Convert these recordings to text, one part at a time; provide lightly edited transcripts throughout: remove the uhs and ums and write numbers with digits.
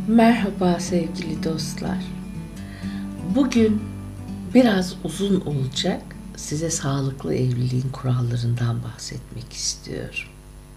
Merhaba sevgili dostlar. Bugün biraz uzun olacak. Size sağlıklı evliliğin kurallarından bahsetmek istiyorum.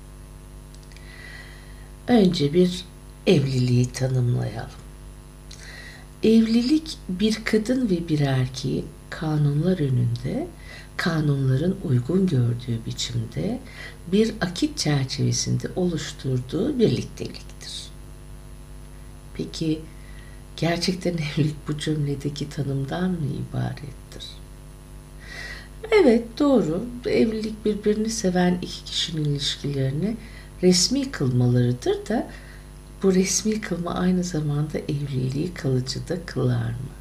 Önce bir evliliği tanımlayalım. Evlilik bir kadın ve bir erkeğin kanunlar önünde, kanunların uygun gördüğü biçimde bir akit çerçevesinde oluşturduğu birlikteliktir. Peki gerçekten evlilik bu cümledeki tanımdan mı ibarettir? Evet, doğru. Evlilik birbirini seven iki kişinin ilişkilerini resmi kılmalarıdır da bu resmi kılma aynı zamanda evliliği kalıcı da kılar mı?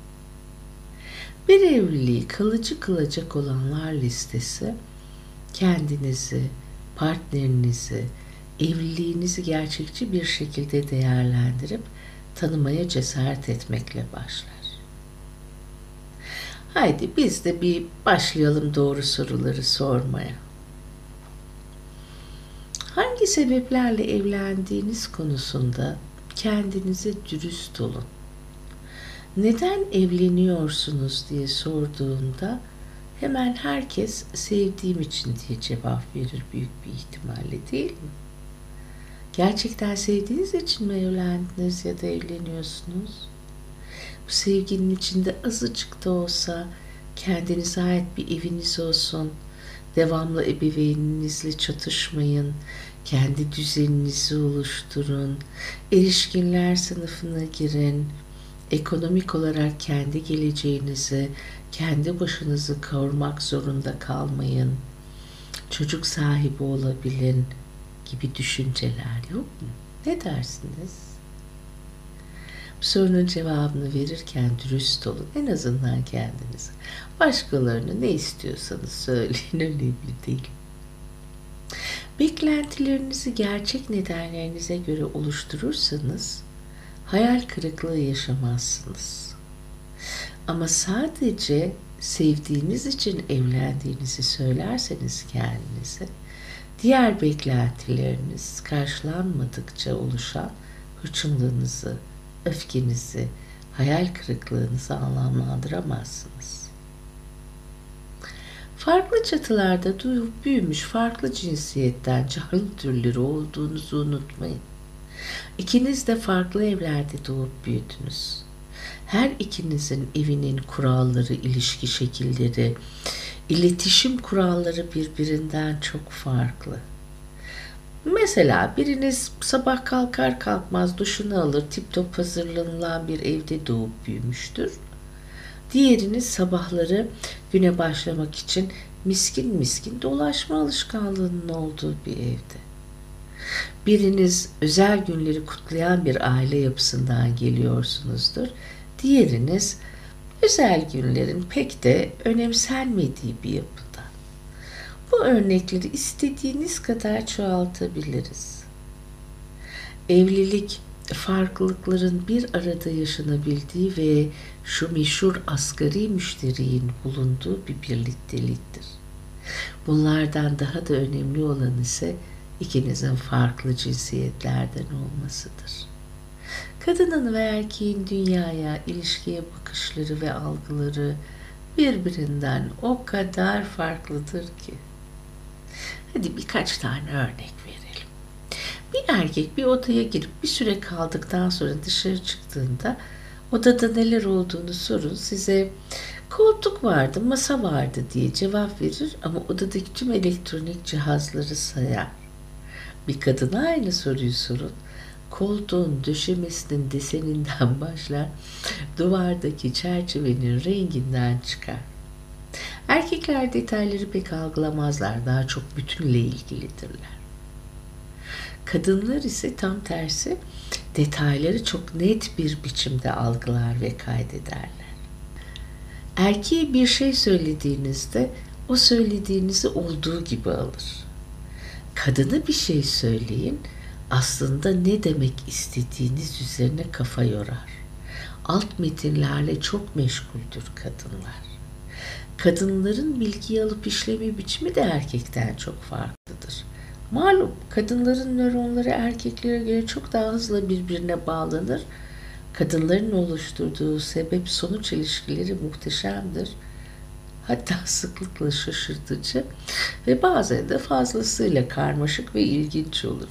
Bir evliliği kalıcı kılacak olanlar listesi kendinizi, partnerinizi, evliliğinizi gerçekçi bir şekilde değerlendirip tanımaya cesaret etmekle başlar. Haydi biz de bir başlayalım doğru soruları sormaya. Hangi sebeplerle evlendiğiniz konusunda kendinize dürüst olun. Neden evleniyorsunuz diye sorduğunda hemen herkes sevdiğim için diye cevap verir büyük bir ihtimalle, değil mi? Gerçekten sevdiğiniz için mi evlendiniz ya da evleniyorsunuz? Bu sevginin içinde azıcık da olsa kendinize ait bir eviniz olsun, devamlı ebeveyninizle çatışmayın, kendi düzeninizi oluşturun, erişkinler sınıfına girin, ekonomik olarak kendi geleceğinizi, kendi başınızı korumak zorunda kalmayın, çocuk sahibi olabilin gibi düşünceler yok mu? Ne dersiniz? Bu sorunun cevabını verirken dürüst olun. En azından kendinize. Başkalarına ne istiyorsanız söyleyin, önemli değil. Beklentilerinizi gerçek nedenlerinize göre oluşturursanız hayal kırıklığı yaşamazsınız. Ama sadece sevdiğiniz için evlendiğinizi söylerseniz kendinize, diğer beklentileriniz karşılanmadıkça oluşan hırçınlığınızı, öfkenizi, hayal kırıklığınızı anlamlandıramazsınız. Farklı çatılarda doğup büyümüş farklı cinsiyetten canlı türleri olduğunuzu unutmayın. İkiniz de farklı evlerde doğup büyüdünüz. Her ikinizin evinin kuralları, ilişki şekilleri, iletişim kuralları birbirinden çok farklı. Mesela biriniz sabah kalkar kalkmaz duşunu alır, tip top hazırlanılan bir evde doğup büyümüştür. Diğeriniz sabahları güne başlamak için miskin miskin dolaşma alışkanlığının olduğu bir evde. Biriniz özel günleri kutlayan bir aile yapısından geliyorsunuzdur. Diğeriniz özel günlerin pek de önemsenmediği bir yapıdan. Bu örnekleri istediğiniz kadar çoğaltabiliriz. Evlilik, farklılıkların bir arada yaşanabildiği ve şu meşhur asgari müşterinin bulunduğu bir birlikteliktir. Bunlardan daha da önemli olan ise ikinizin farklı cinsiyetlerden olmasıdır. Kadının ve erkeğin dünyaya, ilişkiye bakışları ve algıları birbirinden o kadar farklıdır ki. Hadi birkaç tane örnek verelim. Bir erkek bir odaya girip bir süre kaldıktan sonra dışarı çıktığında odada neler olduğunu sorun, size koltuk vardı, masa vardı diye cevap verir ama odadaki tüm elektronik cihazları sayar. Bir kadına aynı soruyu sorun, koltuğun döşemesinin deseninden başlar, duvardaki çerçevenin renginden çıkar. Erkekler detayları pek algılamazlar, daha çok bütünle ilgilidirler. Kadınlar ise tam tersi detayları çok net bir biçimde algılar ve kaydederler. Erkeğe bir şey söylediğinizde o söylediğinizi olduğu gibi alır. Kadına bir şey söyleyin, aslında ne demek istediğiniz üzerine kafa yorar. Alt metinlerle çok meşguldür kadınlar. Kadınların bilgiyi alıp işleme biçimi de erkekten çok farklıdır. Malum kadınların nöronları erkeklere göre çok daha hızlı birbirine bağlanır. Kadınların oluşturduğu sebep-sonuç ilişkileri muhteşemdir. Hatta sıklıkla şaşırtıcı ve bazen de fazlasıyla karmaşık ve ilginç olur.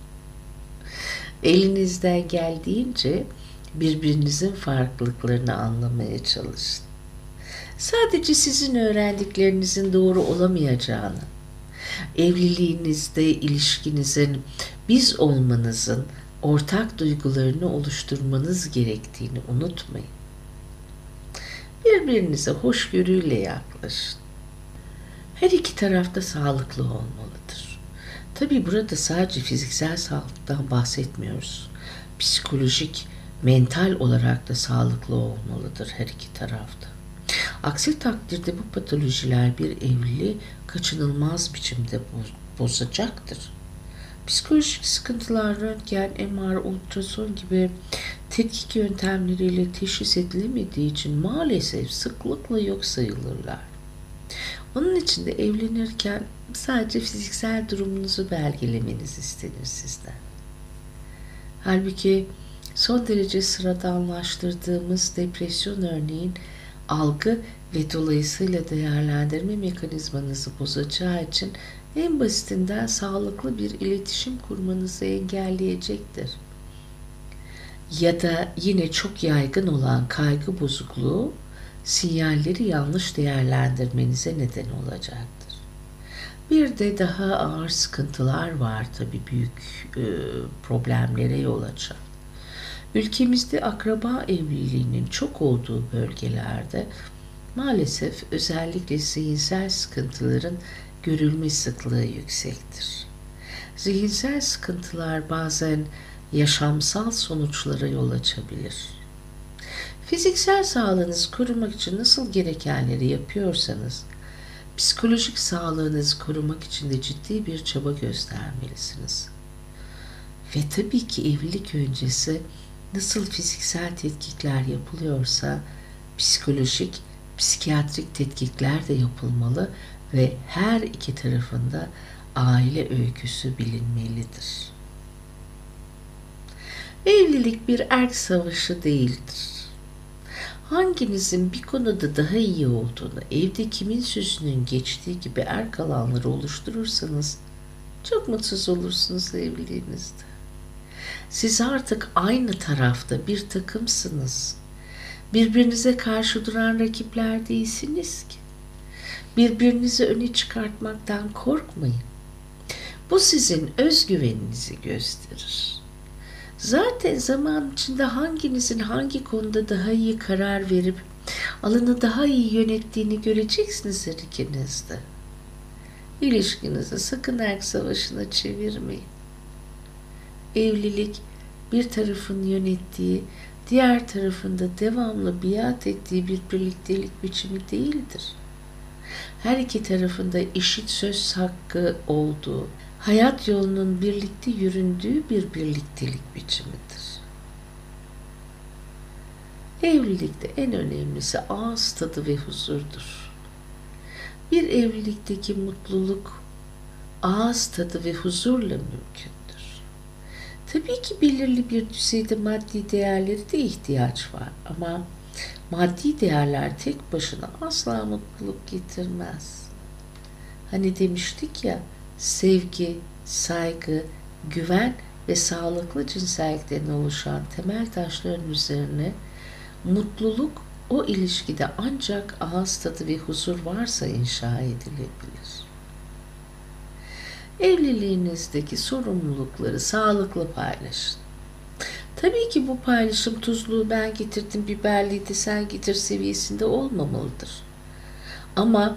Elinizden geldiğince birbirinizin farklılıklarını anlamaya çalışın. Sadece sizin öğrendiklerinizin doğru olamayacağını, evliliğinizde ilişkinizin biz olmanızın ortak duygularını oluşturmanız gerektiğini unutmayın. Birbirinize hoşgörüyle yaklaşın. Her iki tarafta sağlıklı olmalıdır. Tabii burada sadece fiziksel sağlıktan bahsetmiyoruz. Psikolojik, mental olarak da sağlıklı olmalıdır her iki tarafta. Aksi takdirde bu patolojiler bir evliliği kaçınılmaz biçimde bozacaktır. Psikolojik sıkıntılar röntgen, MR, ultrason gibi tetkik yöntemleriyle teşhis edilemediği için maalesef sıklıkla yok sayılırlar. Onun için de evlenirken sadece fiziksel durumunuzu belgelemeniz istenir sizden. Halbuki son derece sıradanlaştırdığımız depresyon örneğin algı ve dolayısıyla değerlendirme mekanizmanızı bozacağı için en basitinden sağlıklı bir iletişim kurmanızı engelleyecektir. Ya da yine çok yaygın olan kaygı bozukluğu sinyalleri yanlış değerlendirmenize neden olacaktır. Bir de daha ağır sıkıntılar var tabii büyük problemlere yol açan. Ülkemizde akraba evliliğinin çok olduğu bölgelerde maalesef özellikle zihinsel sıkıntıların görülme sıklığı yüksektir. Zihinsel sıkıntılar bazen yaşamsal sonuçlara yol açabilir. Fiziksel sağlığınızı korumak için nasıl gerekenleri yapıyorsanız, psikolojik sağlığınızı korumak için de ciddi bir çaba göstermelisiniz. Ve tabii ki evlilik öncesi nasıl fiziksel tetkikler yapılıyorsa, psikolojik, psikiyatrik tetkikler de yapılmalı ve her iki tarafında aile öyküsü bilinmelidir. Evlilik bir erk savaşı değildir. Hanginizin bir konuda daha iyi olduğunu, evde kimin sözünün geçtiği gibi erk alanları oluşturursanız çok mutsuz olursunuz evliliğinizde. Siz artık aynı tarafta bir takımsınız. Birbirinize karşı duran rakipler değilsiniz ki. Birbirinizi öne çıkartmaktan korkmayın. Bu sizin özgüveninizi gösterir. Zaten zaman içinde hanginizin hangi konuda daha iyi karar verip alanı daha iyi yönettiğini göreceksiniz her ikiniz de. İlişkinizi sakın erk savaşına çevirmeyin. Evlilik bir tarafın yönettiği, diğer tarafında devamlı biat ettiği bir birliktelik biçimi değildir. Her iki tarafında eşit söz hakkı olduğu, hayat yolunun birlikte yüründüğü bir birliktelik biçimidir. Evlilikte en önemlisi ağız tadı ve huzurdur. Bir evlilikteki mutluluk ağız tadı ve huzurla mümkündür. Tabii ki belirli bir düzeyde maddi değerleri de ihtiyaç var ama maddi değerler tek başına asla mutluluk getirmez. Hani demiştik ya, sevgi, saygı, güven ve sağlıklı cinsellikten oluşan temel taşların üzerine mutluluk o ilişkide ancak ağız tadı ve huzur varsa inşa edilebilir. Evliliğinizdeki sorumlulukları sağlıklı paylaşın. Tabii ki bu paylaşım tuzluğu ben getirdim, biberliği de sen getir seviyesinde olmamalıdır. Ama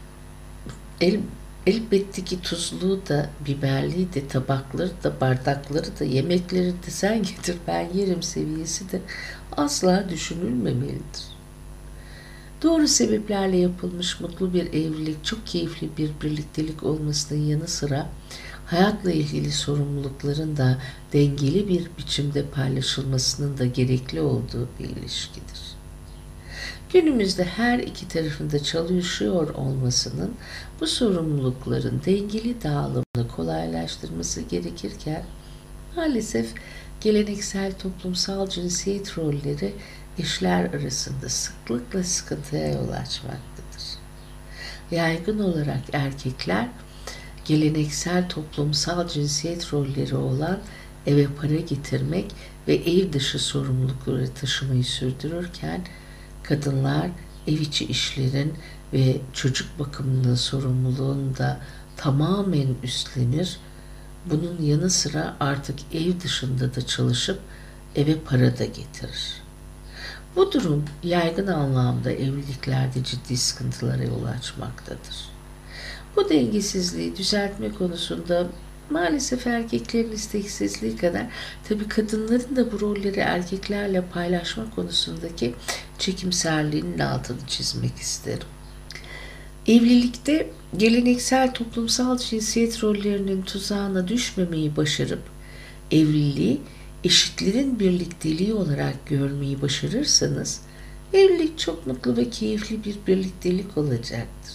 elbette ki tuzluğu da, biberliği de, tabakları da, bardakları da, yemekleri de sen getir ben yerim seviyesi de asla düşünülmemelidir. Doğru sebeplerle yapılmış mutlu bir evlilik, çok keyifli bir birliktelik olmasının yanı sıra hayatla ilgili sorumlulukların da dengeli bir biçimde paylaşılmasının da gerekli olduğu bir ilişkidir. Günümüzde her iki tarafında çalışıyor olmasının bu sorumlulukların dengeli dağılımını kolaylaştırması gerekirken maalesef geleneksel toplumsal cinsiyet rolleri eşler arasında sıklıkla sıkıntıya yol açmaktadır. Yaygın olarak erkekler geleneksel toplumsal cinsiyet rolleri olan eve para getirmek ve ev dışı sorumlulukları taşımayı sürdürürken kadınlar ev içi işlerin ve çocuk bakımının sorumluluğunu da tamamen üstlenir. Bunun yanı sıra artık ev dışında da çalışıp eve para da getirir. Bu durum yaygın anlamda evliliklerde ciddi sıkıntılara yol açmaktadır. Bu dengesizliği düzeltme konusunda maalesef erkeklerin isteksizliği kadar tabii kadınların da bu rolleri erkeklerle paylaşma konusundaki çekimserliğinin altını çizmek isterim. Evlilikte geleneksel toplumsal cinsiyet rollerinin tuzağına düşmemeyi başarıp evliliği eşitlerin birlikteliği olarak görmeyi başarırsanız evlilik çok mutlu ve keyifli bir birliktelik olacaktır.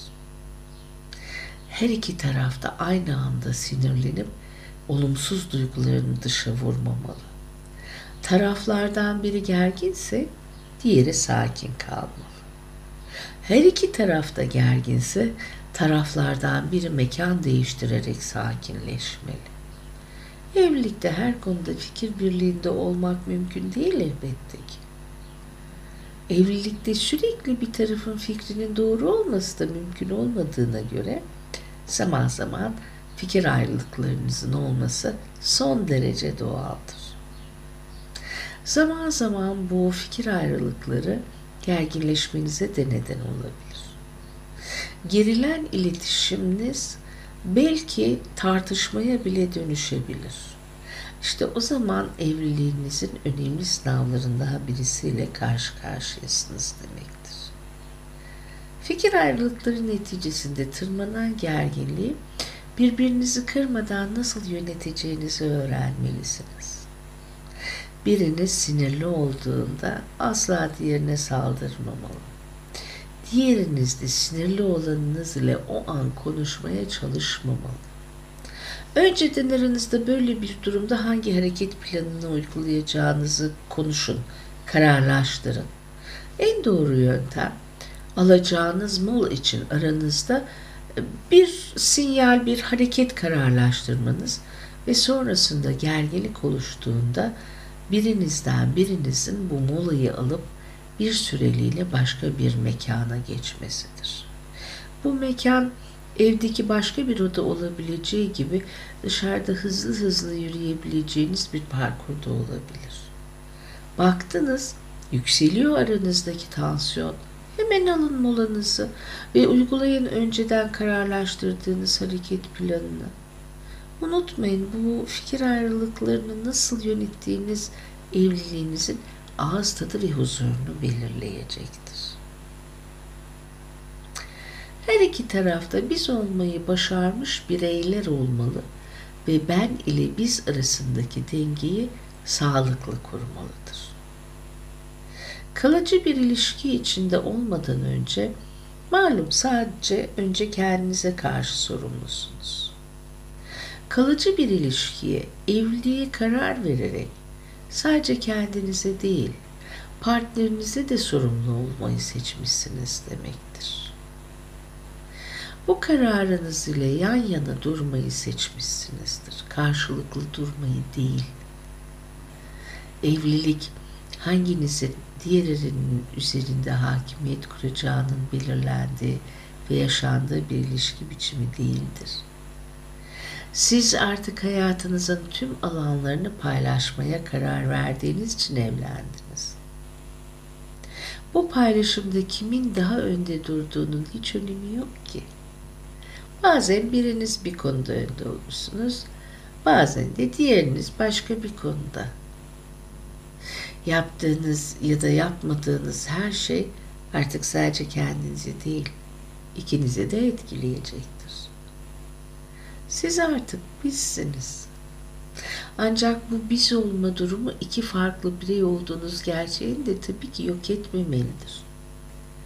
Her iki tarafta aynı anda sinirlenip olumsuz duygularını dışa vurmamalı. Taraflardan biri gerginse diğeri sakin kalmalı. Her iki tarafta gerginse taraflardan biri mekan değiştirerek sakinleşmeli. Evlilikte her konuda fikir birliğinde olmak mümkün değil elbette ki. Evlilikte sürekli bir tarafın fikrinin doğru olması da mümkün olmadığına göre zaman zaman fikir ayrılıklarınızın olması son derece doğaldır. Zaman zaman bu fikir ayrılıkları gerginleşmenize de neden olabilir. Gerilen iletişiminiz belki tartışmaya bile dönüşebilir. İşte o zaman evliliğinizin önemli sınavlarından daha birisiyle karşı karşıyasınız demektir. Fikir ayrılıkları neticesinde tırmanan gerginliği birbirinizi kırmadan nasıl yöneteceğinizi öğrenmelisiniz. Biriniz sinirli olduğunda asla diğerine saldırmamalı. Diğeriniz de sinirli olanınız ile o an konuşmaya çalışmamalı. Önceden aranızda böyle bir durumda hangi hareket planını uygulayacağınızı konuşun, kararlaştırın. En doğru yöntem alacağınız mal için aranızda bir sinyal, bir hareket kararlaştırmanız ve sonrasında gerginlik oluştuğunda birinizin bu molayı alıp bir süreliğine başka bir mekana geçmesidir. Bu mekan evdeki başka bir oda olabileceği gibi dışarıda hızlı hızlı yürüyebileceğiniz bir parkurda olabilir. Baktınız, yükseliyor aranızdaki tansiyon. Hemen alın molanızı ve uygulayın önceden kararlaştırdığınız hareket planını. Unutmayın, bu fikir ayrılıklarını nasıl yönettiğiniz evliliğinizin ağız tadı ve huzurunu belirleyecektir. Her iki tarafta biz olmayı başarmış bireyler olmalı ve ben ile biz arasındaki dengeyi sağlıklı kurmalıdır. Kalıcı bir ilişki içinde olmadan önce malum sadece önce kendinize karşı sorumlusunuz. Kalıcı bir ilişkiye, evliliğe karar vererek sadece kendinize değil, partnerinize de sorumlu olmayı seçmişsiniz demektir. Bu kararınız ile yan yana durmayı seçmişsinizdir. Karşılıklı durmayı değil. Evlilik hanginizin diğerinin üzerinde hakimiyet kuracağının belirlendiği ve yaşandığı bir ilişki biçimi değildir. Siz artık hayatınızın tüm alanlarını paylaşmaya karar verdiğiniz için evlendiniz. Bu paylaşımda kimin daha önde durduğunun hiç önemi yok ki. Bazen biriniz bir konuda önde olursunuz, bazen de diğeriniz başka bir konuda. Yaptığınız ya da yapmadığınız her şey artık sadece kendinizi değil, ikinizi de etkileyecektir. Siz artık bizsiniz. Ancak bu biz olma durumu iki farklı birey olduğunuz gerçeğini de tabii ki yok etmemelidir.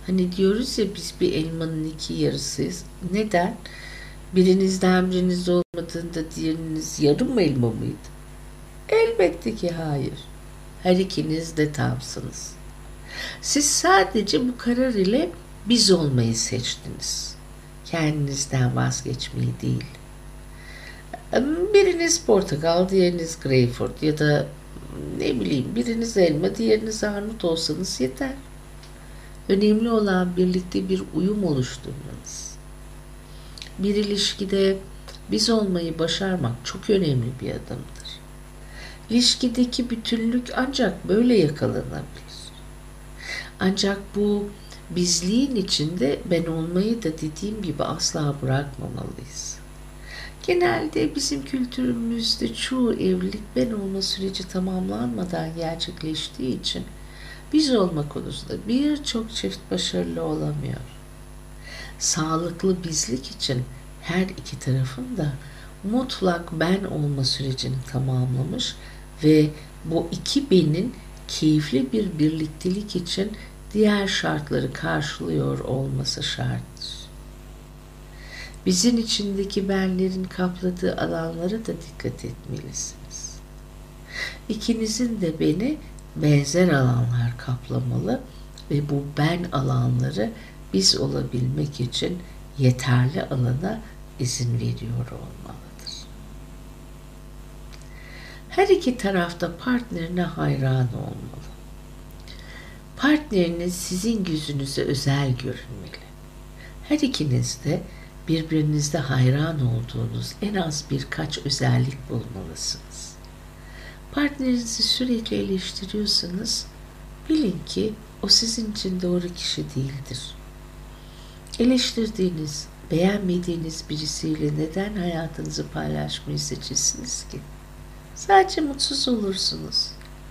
Hani diyoruz ya biz bir elmanın iki yarısıyız. Neden? Birinizden biriniz olmadığında diğeriniz yarım elma mıydı? Elbette ki hayır. Her ikiniz de tamsınız. Siz sadece bu karar ile biz olmayı seçtiniz. Kendinizden vazgeçmeyi değil. Biriniz portakal, diğeriniz greyfurt ya da ne bileyim biriniz elma, diğeriniz armut olsanız yeter. Önemli olan birlikte bir uyum oluşturmanız. Bir ilişkide biz olmayı başarmak çok önemli bir adımdır. İlişkideki bütünlük ancak böyle yakalanabilir. Ancak bu bizliğin içinde ben olmayı da dediğim gibi asla bırakmamalıyız. Genelde bizim kültürümüzde çoğu evlilik ben olma süreci tamamlanmadan gerçekleştiği için biz olma konusunda birçok çift başarılı olamıyor. Sağlıklı bizlik için her iki tarafın da mutlak ben olma sürecini tamamlamış ve bu iki benin keyifli bir birliktelik için diğer şartları karşılıyor olması şarttır. Bizin içindeki benlerin kapladığı alanlara da dikkat etmelisiniz. İkinizin de beni benzer alanlar kaplamalı ve bu ben alanları biz olabilmek için yeterli alana izin veriyor olmalıdır. Her iki tarafta partnerine hayran olmalı. Partneriniz sizin gözünüze özel görünmeli. Her ikiniz de birbirinizde hayran olduğunuz en az birkaç özellik bulmalısınız. Partnerinizi sürekli eleştiriyorsanız bilin ki o sizin için doğru kişi değildir. Eleştirdiğiniz, beğenmediğiniz birisiyle neden hayatınızı paylaşmayı seçesiniz ki? Sadece mutsuz olursunuz.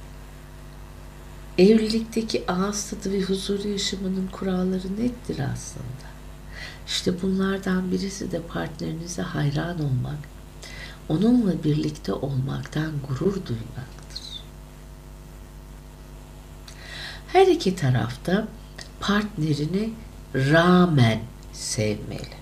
Evlilikteki ağız tadı ve huzur yaşamının kuralları nettir aslında. İşte bunlardan birisi de partnerinize hayran olmak, onunla birlikte olmaktan gurur duymaktır. Her iki tarafta partnerini rağmen sevmeli.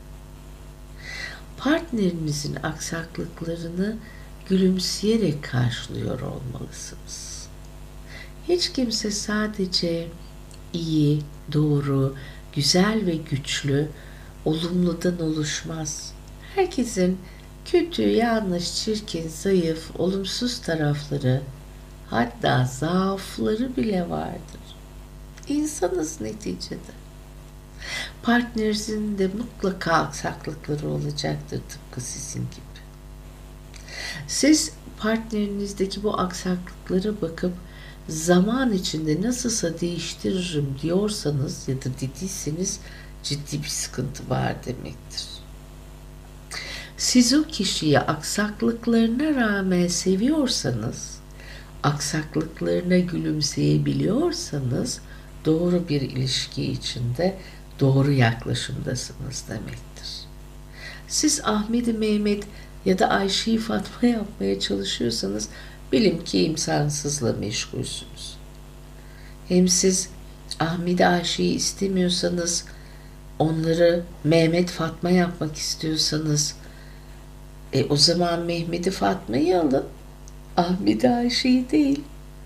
Partnerinizin aksaklıklarını gülümseyerek karşılıyor olmalısınız. Hiç kimse sadece iyi, doğru, güzel ve güçlü, olumludan oluşmaz. Herkesin kötü, yanlış, çirkin, zayıf, olumsuz tarafları, hatta zaafları bile vardır. İnsanız neticede. Partnerinizin de mutlaka aksaklıkları olacaktır tıpkı sizin gibi. Siz partnerinizdeki bu aksaklıklara bakıp zaman içinde nasılsa değiştiririm diyorsanız ya da dediyseniz ciddi bir sıkıntı var demektir. Siz o kişiyi aksaklıklarına rağmen seviyorsanız, aksaklıklarına gülümseyebiliyorsanız doğru bir ilişki içinde doğru yaklaşımdasınız demektir. Siz Ahmet'i Mehmet ya da Ayşe'yi Fatma yapmaya çalışıyorsanız bilin ki imkansızla meşgulsünüz. Hem siz Ahmet'i Ayşe'yi istemiyorsanız, onları Mehmet Fatma yapmak istiyorsanız, o zaman Mehmet'i Fatma'yı alın, Ahmet'i Ayşe'yi değil.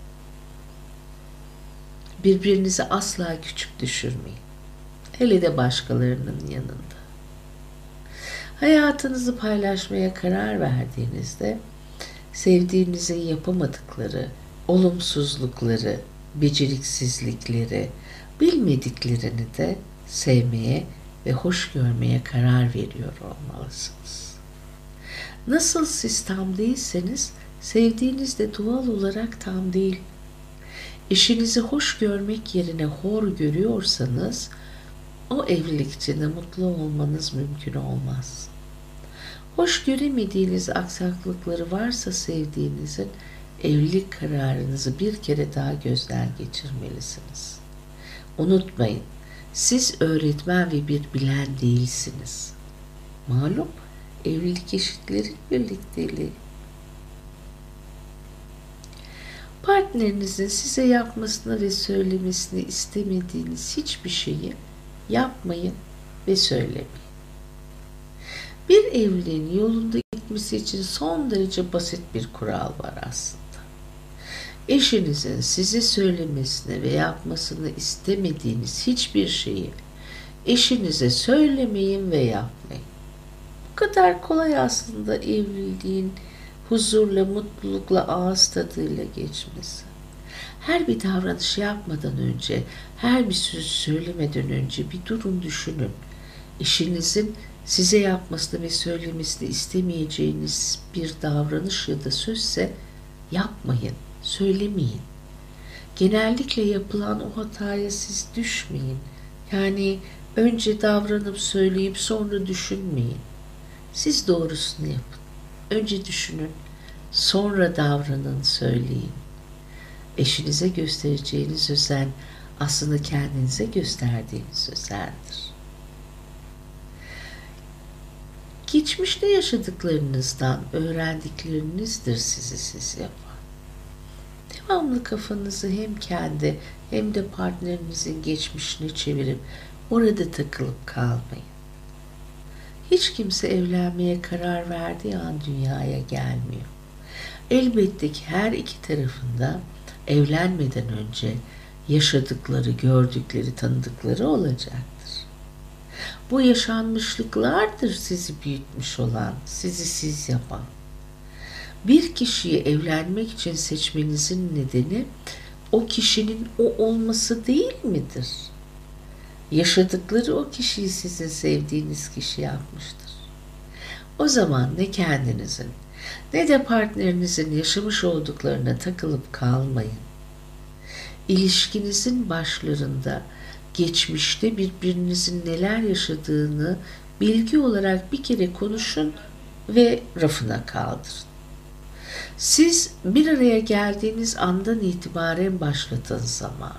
Birbirinizi asla küçük düşürmeyin. Hele de başkalarının yanında. Hayatınızı paylaşmaya karar verdiğinizde sevdiğinizin yapamadıkları, olumsuzlukları, beceriksizlikleri, bilmediklerini de sevmeye ve hoş görmeye karar veriyor olmalısınız. Nasıl siz tam değilseniz, sevdiğiniz de doğal olarak tam değil. Eşinizi hoş görmek yerine hor görüyorsanız, o evlilik içinde mutlu olmanız mümkün olmaz. Hoş göremediğiniz aksaklıkları varsa sevdiğinizin, evlilik kararınızı bir kere daha gözden geçirmelisiniz. Unutmayın, siz öğretmen ve bir bilen değilsiniz. Malum, evlilik eşitlerin birlikteliği. Partnerinizin size yapmasını ve söylemesini istemediğiniz hiçbir şeyi yapmayın ve söylemeyin. Bir evliliğin yolunda gitmesi için son derece basit bir kural var aslında. Eşinizin size söylemesini ve yapmasını istemediğiniz hiçbir şeyi eşinize söylemeyin ve yapmayın. Bu kadar kolay aslında evliliğin huzurla, mutlulukla, ağız tadıyla geçmesi. Her bir davranış yapmadan önce, her bir söz söylemeden önce bir durun düşünün. Eşinizin size yapmasını ve söylemesini istemeyeceğiniz bir davranış ya da sözse yapmayın, söylemeyin. Genellikle yapılan o hataya siz düşmeyin. Yani önce davranıp söyleyip sonra düşünmeyin. Siz doğrusunu yapın. Önce düşünün, sonra davranın, söyleyin. Eşinize göstereceğiniz özen aslında kendinize gösterdiğiniz özendir. Geçmişte yaşadıklarınızdan öğrendiklerinizdir sizi siz yapan. Devamlı kafanızı hem kendi hem de partnerinizin geçmişine çevirip orada takılıp kalmayın. Hiç kimse evlenmeye karar verdiği an dünyaya gelmiyor. Elbette ki her iki tarafında evlenmeden önce yaşadıkları, gördükleri, tanıdıkları olacaktır. Bu yaşanmışlıklardır sizi büyütmüş olan, sizi siz yapan. Bir kişiyi evlenmek için seçmenizin nedeni o kişinin o olması değil midir? Yaşadıkları o kişiyi sizin sevdiğiniz kişi yapmıştır. O zaman ne kendinizin ne de partnerinizin yaşamış olduklarına takılıp kalmayın. İlişkinizin başlarında geçmişte birbirinizin neler yaşadığını bilgi olarak bir kere konuşun ve rafına kaldırın. Siz bir araya geldiğiniz andan itibaren başlatın zamanı.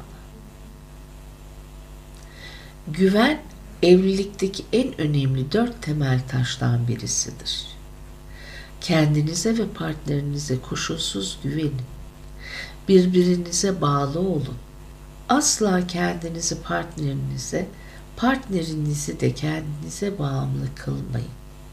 Güven, evlilikteki en önemli 4 temel taştan birisidir. Kendinize ve partnerinize koşulsuz güvenin. Birbirinize bağlı olun. Asla kendinizi partnerinize, partnerinizi de kendinize bağımlı kılmayın.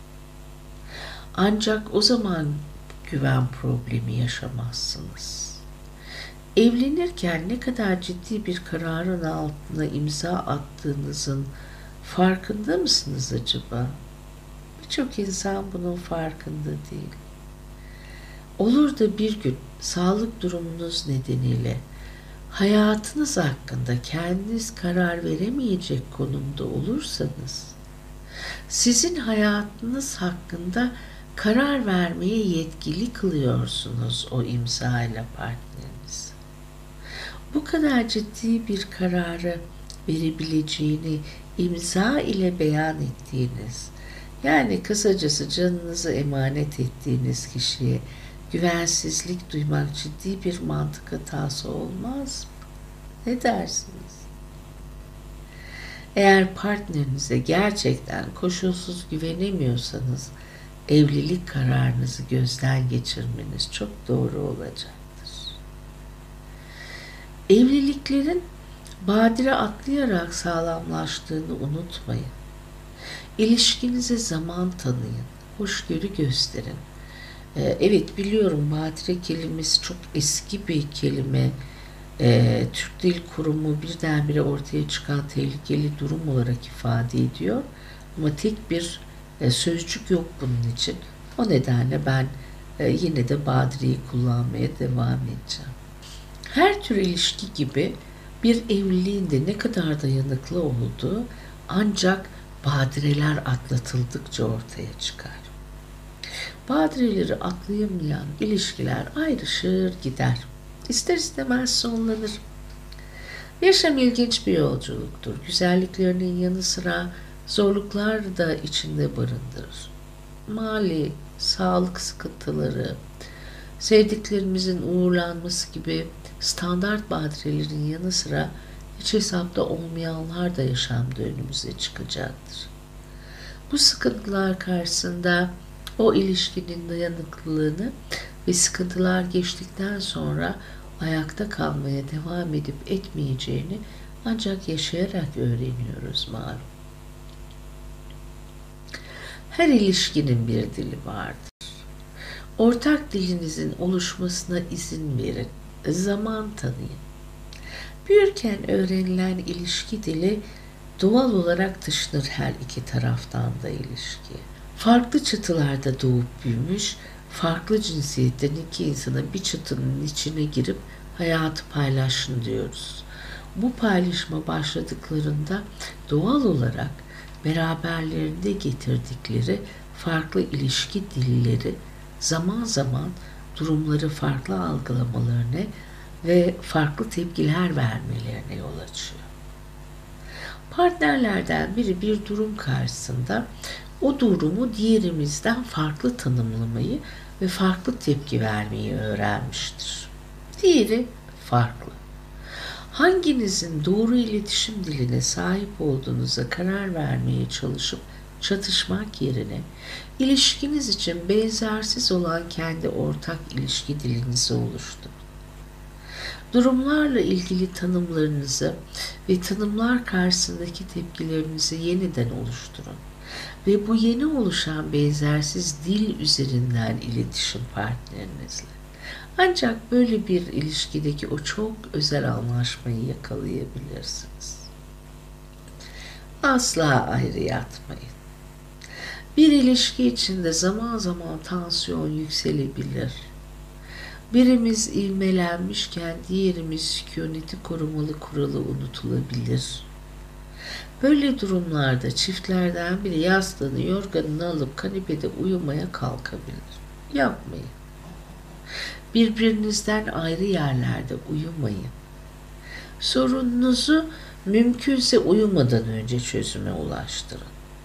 Ancak o zaman güven problemi yaşamazsınız. Evlenirken ne kadar ciddi bir kararın altına imza attığınızın farkında mısınız acaba? Birçok insan bunun farkında değil. Olur da bir gün sağlık durumunuz nedeniyle hayatınız hakkında kendiniz karar veremeyecek konumda olursanız, sizin hayatınız hakkında karar vermeye yetkili kılıyorsunuz o imzayla partneriniz. Bu kadar ciddi bir kararı verebileceğini imza ile beyan ettiğiniz, yani kısacası canınızı emanet ettiğiniz kişiye güvensizlik duymak ciddi bir mantık hatası olmaz mı? Ne dersiniz? Eğer partnerinize gerçekten koşulsuz güvenemiyorsanız, evlilik kararınızı gözden geçirmeniz çok doğru olacaktır. Evliliklerin badire atlayarak sağlamlaştığını unutmayın. İlişkinize zaman tanıyın, hoşgörü gösterin. Evet, biliyorum badire kelimesi çok eski bir kelime. Türk Dil Kurumu birdenbire ortaya çıkan tehlikeli durum olarak ifade ediyor. Ama tek bir sözcük yok bunun için. O nedenle ben yine de badireyi kullanmaya devam edeceğim. Her tür ilişki gibi bir evliliğin de ne kadar dayanıklı olduğu ancak badireler atlatıldıkça ortaya çıkar. Badireleri atlayamayan ilişkiler ayrışır gider. İster istemez sonlanır. Yaşam ilginç bir yolculuktur. Güzelliklerinin yanı sıra zorluklar da içinde barındırır. Mali, sağlık sıkıntıları, sevdiklerimizin uğurlanması gibi standart badirelerin yanı sıra hiç hesapta olmayanlar da yaşamda önümüze çıkacaktır. Bu sıkıntılar karşısında o ilişkinin dayanıklılığını ve sıkıntılar geçtikten sonra ayakta kalmaya devam edip etmeyeceğini ancak yaşayarak öğreniyoruz malum. Her ilişkinin bir dili vardır. Ortak dilinizin oluşmasına izin verin, zaman tanıyın. Büyürken öğrenilen ilişki dili doğal olarak taşınır her iki taraftan da ilişkiye. Farklı çatılarda doğup büyümüş, farklı cinsiyetten iki insana bir çatının içine girip hayatı paylaşın diyoruz. Bu paylaşma başladıklarında doğal olarak beraberlerinde getirdikleri farklı ilişki dilleri zaman zaman durumları farklı algılamalarına ve farklı tepkiler vermelerine yol açıyor. Partnerlerden biri bir durum karşısında o durumu diğerimizden farklı tanımlamayı ve farklı tepki vermeyi öğrenmiştir. Diğeri farklı. Hanginizin doğru iletişim diline sahip olduğunuza karar vermeye çalışıp çatışmak yerine ilişkiniz için benzersiz olan kendi ortak ilişki dilinizi oluşturun. Durumlarla ilgili tanımlarınızı ve tanımlar karşısındaki tepkilerinizi yeniden oluşturun ve bu yeni oluşan benzersiz dil üzerinden iletişim partnerinizle. Ancak böyle bir ilişkideki o çok özel anlaşmayı yakalayabilirsiniz. Asla ayrı yatmayın. Bir ilişki içinde zaman zaman tansiyon yükselebilir. Birimiz ivmelenmişken diğerimiz sükuneti korumalı kuralı unutulabilir. Böyle durumlarda çiftlerden biri yastığını, yorganını alıp kanepede uyumaya kalkabilir. Yapmayın. Birbirinizden ayrı yerlerde uyumayın. Sorununuzu mümkünse uyumadan önce çözüme ulaştırın.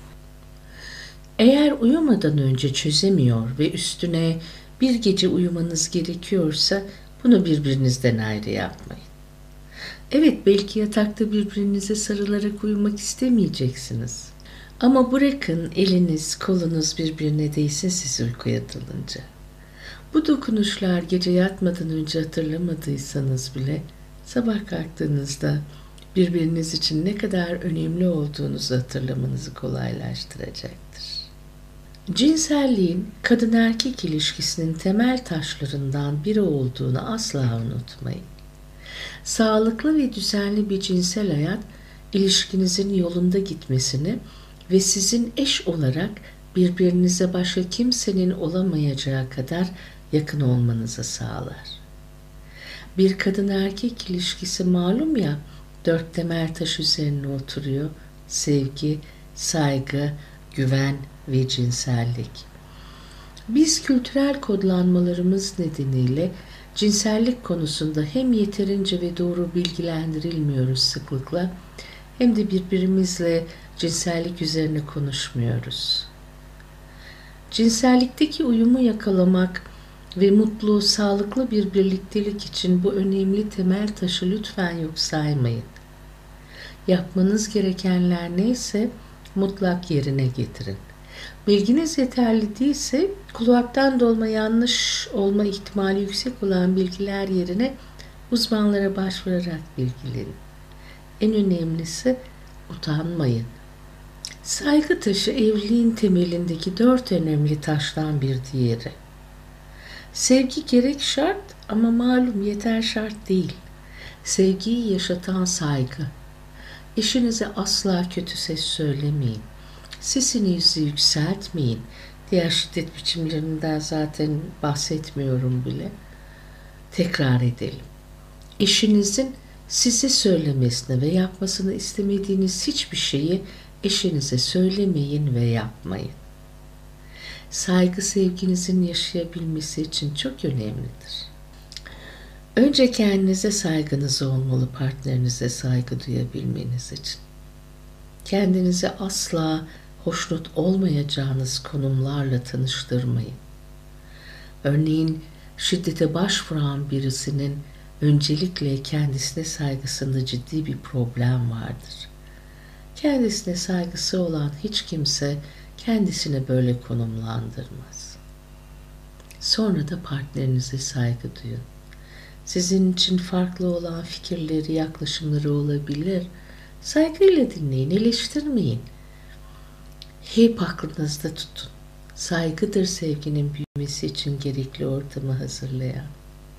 Eğer uyumadan önce çözemiyor ve üstüne bir gece uyumanız gerekiyorsa bunu birbirinizden ayrı yapmayın. Evet, belki yatakta birbirinize sarılarak uyumak istemeyeceksiniz. Ama bırakın eliniz, kolunuz birbirine değsin siz uykuya dalınca. Bu dokunuşlar gece yatmadan önce hatırlamadıysanız bile sabah kalktığınızda birbiriniz için ne kadar önemli olduğunuzu hatırlamanızı kolaylaştıracaktır. Cinselliğin kadın erkek ilişkisinin temel taşlarından biri olduğunu asla unutmayın. Sağlıklı ve düzenli bir cinsel hayat ilişkinizin yolunda gitmesini ve sizin eş olarak birbirinize başka kimsenin olamayacağı kadar yakın olmanızı sağlar. Bir kadın erkek ilişkisi malum ya 4 temel taş üzerine oturuyor: sevgi, saygı, güven ve cinsellik. Biz kültürel kodlanmalarımız nedeniyle cinsellik konusunda hem yeterince ve doğru bilgilendirilmiyoruz sıklıkla hem de birbirimizle cinsellik üzerine konuşmuyoruz. Cinsellikteki uyumu yakalamak ve mutlu, sağlıklı bir birliktelik için bu önemli temel taşı lütfen yok saymayın. Yapmanız gerekenler neyse mutlak yerine getirin. Bilginiz yeterli değilse kulaktan dolma, yanlış olma ihtimali yüksek olan bilgiler yerine uzmanlara başvurarak bilgilenin. En önemlisi utanmayın. Saygı taşı evliliğin temelindeki 4 önemli taştan bir diğeri. Sevgi gerek şart ama malum yeter şart değil. Sevgiyi yaşatan saygı. Eşinize asla kötü ses söylemeyin. Sesinizi yükseltmeyin. Diğer şiddet biçimlerinden zaten bahsetmiyorum bile. Tekrar edelim. Eşinizin size söylemesini ve yapmasını istemediğiniz hiçbir şeyi eşinize söylemeyin ve yapmayın. Saygı sevginizin yaşayabilmesi için çok önemlidir. Önce kendinize saygınız olmalı partnerinize saygı duyabilmeniz için. Kendinizi asla hoşnut olmayacağınız konumlarla tanıştırmayın. Örneğin şiddete başvuran birisinin öncelikle kendisine saygısında ciddi bir problem vardır. Kendisine saygısı olan hiç kimse kendisini böyle konumlandırmaz. Sonra da partnerinize saygı duyun. Sizin için farklı olan fikirleri, yaklaşımları olabilir. Saygıyla dinleyin, eleştirmeyin. Hep aklınızda tutun. Saygıdır sevginin büyümesi için gerekli ortamı hazırlayan.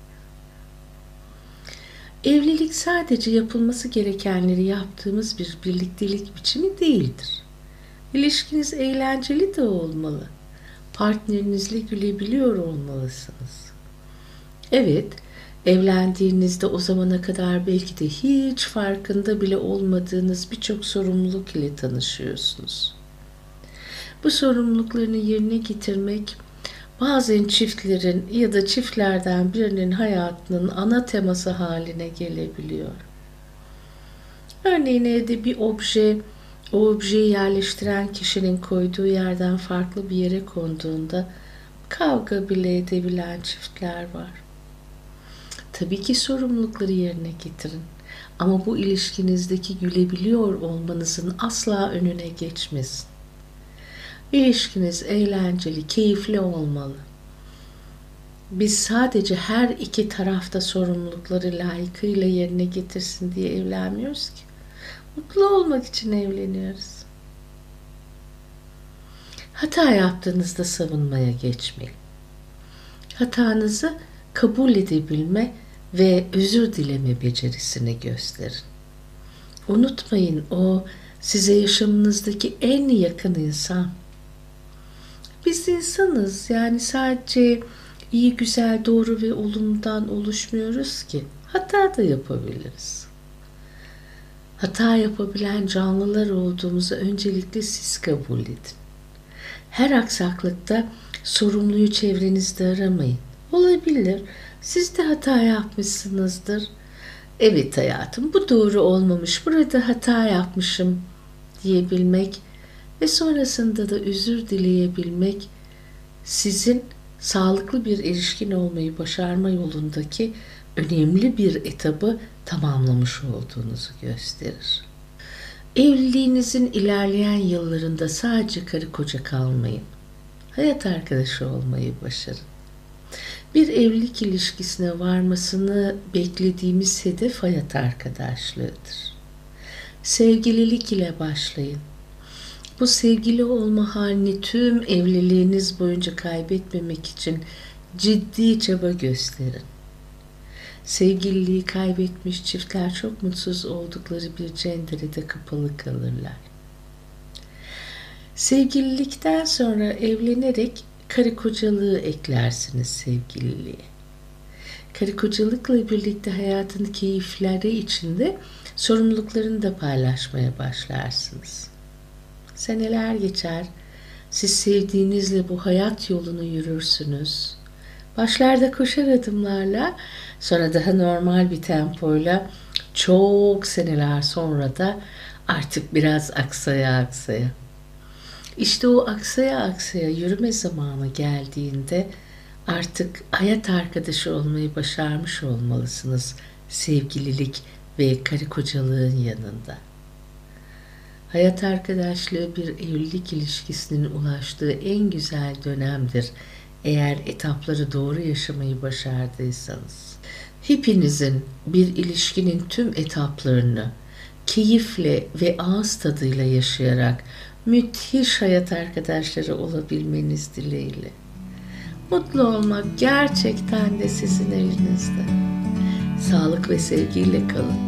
Evlilik sadece yapılması gerekenleri yaptığımız bir birliktelik biçimi değildir. İlişkiniz eğlenceli de olmalı. Partnerinizle gülebiliyor olmalısınız. Evet, evlendiğinizde o zamana kadar belki de hiç farkında bile olmadığınız birçok sorumluluk ile tanışıyorsunuz. Bu sorumluluklarını yerine getirmek bazen çiftlerin ya da çiftlerden birinin hayatının ana teması haline gelebiliyor. Örneğin evde bir obje, o objeyi yerleştiren kişinin koyduğu yerden farklı bir yere konduğunda kavga bile edebilen çiftler var. Tabii ki sorumlulukları yerine getirin. Ama bu ilişkinizdeki gülebiliyor olmanızın asla önüne geçmesin. İlişkiniz eğlenceli, keyifli olmalı. Biz sadece her iki tarafta sorumlulukları layıkıyla yerine getirsin diye evlenmiyoruz ki. Mutlu olmak için evleniyoruz. Hata yaptığınızda savunmaya geçmeyin. Hatanızı kabul edebilme ve özür dileme becerisini gösterin. Unutmayın, o size yaşamınızdaki en yakın insan. Biz insanız, yani sadece iyi, güzel, doğru ve olumludan oluşmuyoruz ki. Hata da yapabiliriz. Hata yapabilen canlılar olduğumuzu öncelikle siz kabul edin. Her aksaklıkta sorumluyu çevrenizde aramayın. Olabilir, siz de hata yapmışsınızdır. Evet hayatım, bu doğru olmamış, burada hata yapmışım diyebilmek ve sonrasında da özür dileyebilmek sizin sağlıklı bir ilişkin olmayı başarma yolundaki önemli bir etabı tamamlamış olduğunuzu gösterir. Evliliğinizin ilerleyen yıllarında sadece karı koca kalmayın. Hayat arkadaşı olmayı başarın. Bir evlilik ilişkisine varmasını beklediğimiz hedef hayat arkadaşlığıdır. Sevgililik ile başlayın. Bu sevgili olma halini tüm evliliğiniz boyunca kaybetmemek için ciddi çaba gösterin. Sevgililiği kaybetmiş çiftler çok mutsuz oldukları bir cenderede kapalı kalırlar. Sevgililikten sonra evlenerek karı kocalığı eklersiniz sevgililiğe. Karı kocalıkla birlikte hayatın keyifleri içinde sorumluluklarını da paylaşmaya başlarsınız. Seneler geçer, siz sevdiğinizle bu hayat yolunu yürürsünüz. Başlarda koşar adımlarla, sonra daha normal bir tempoyla, çok seneler sonra da artık biraz aksaya aksaya. İşte o aksaya aksaya yürüme zamanı geldiğinde artık hayat arkadaşı olmayı başarmış olmalısınız sevgililik ve karı kocalığın yanında. Hayat arkadaşlığı bir evlilik ilişkisinin ulaştığı en güzel dönemdir eğer etapları doğru yaşamayı başardıysanız. Hepinizin bir ilişkinin tüm etaplarını keyifle ve ağız tadıyla yaşayarak müthiş hayat arkadaşları olabilmeniz dileğiyle. Mutlu olmak gerçekten de sizin elinizde. Sağlık ve sevgiyle kalın.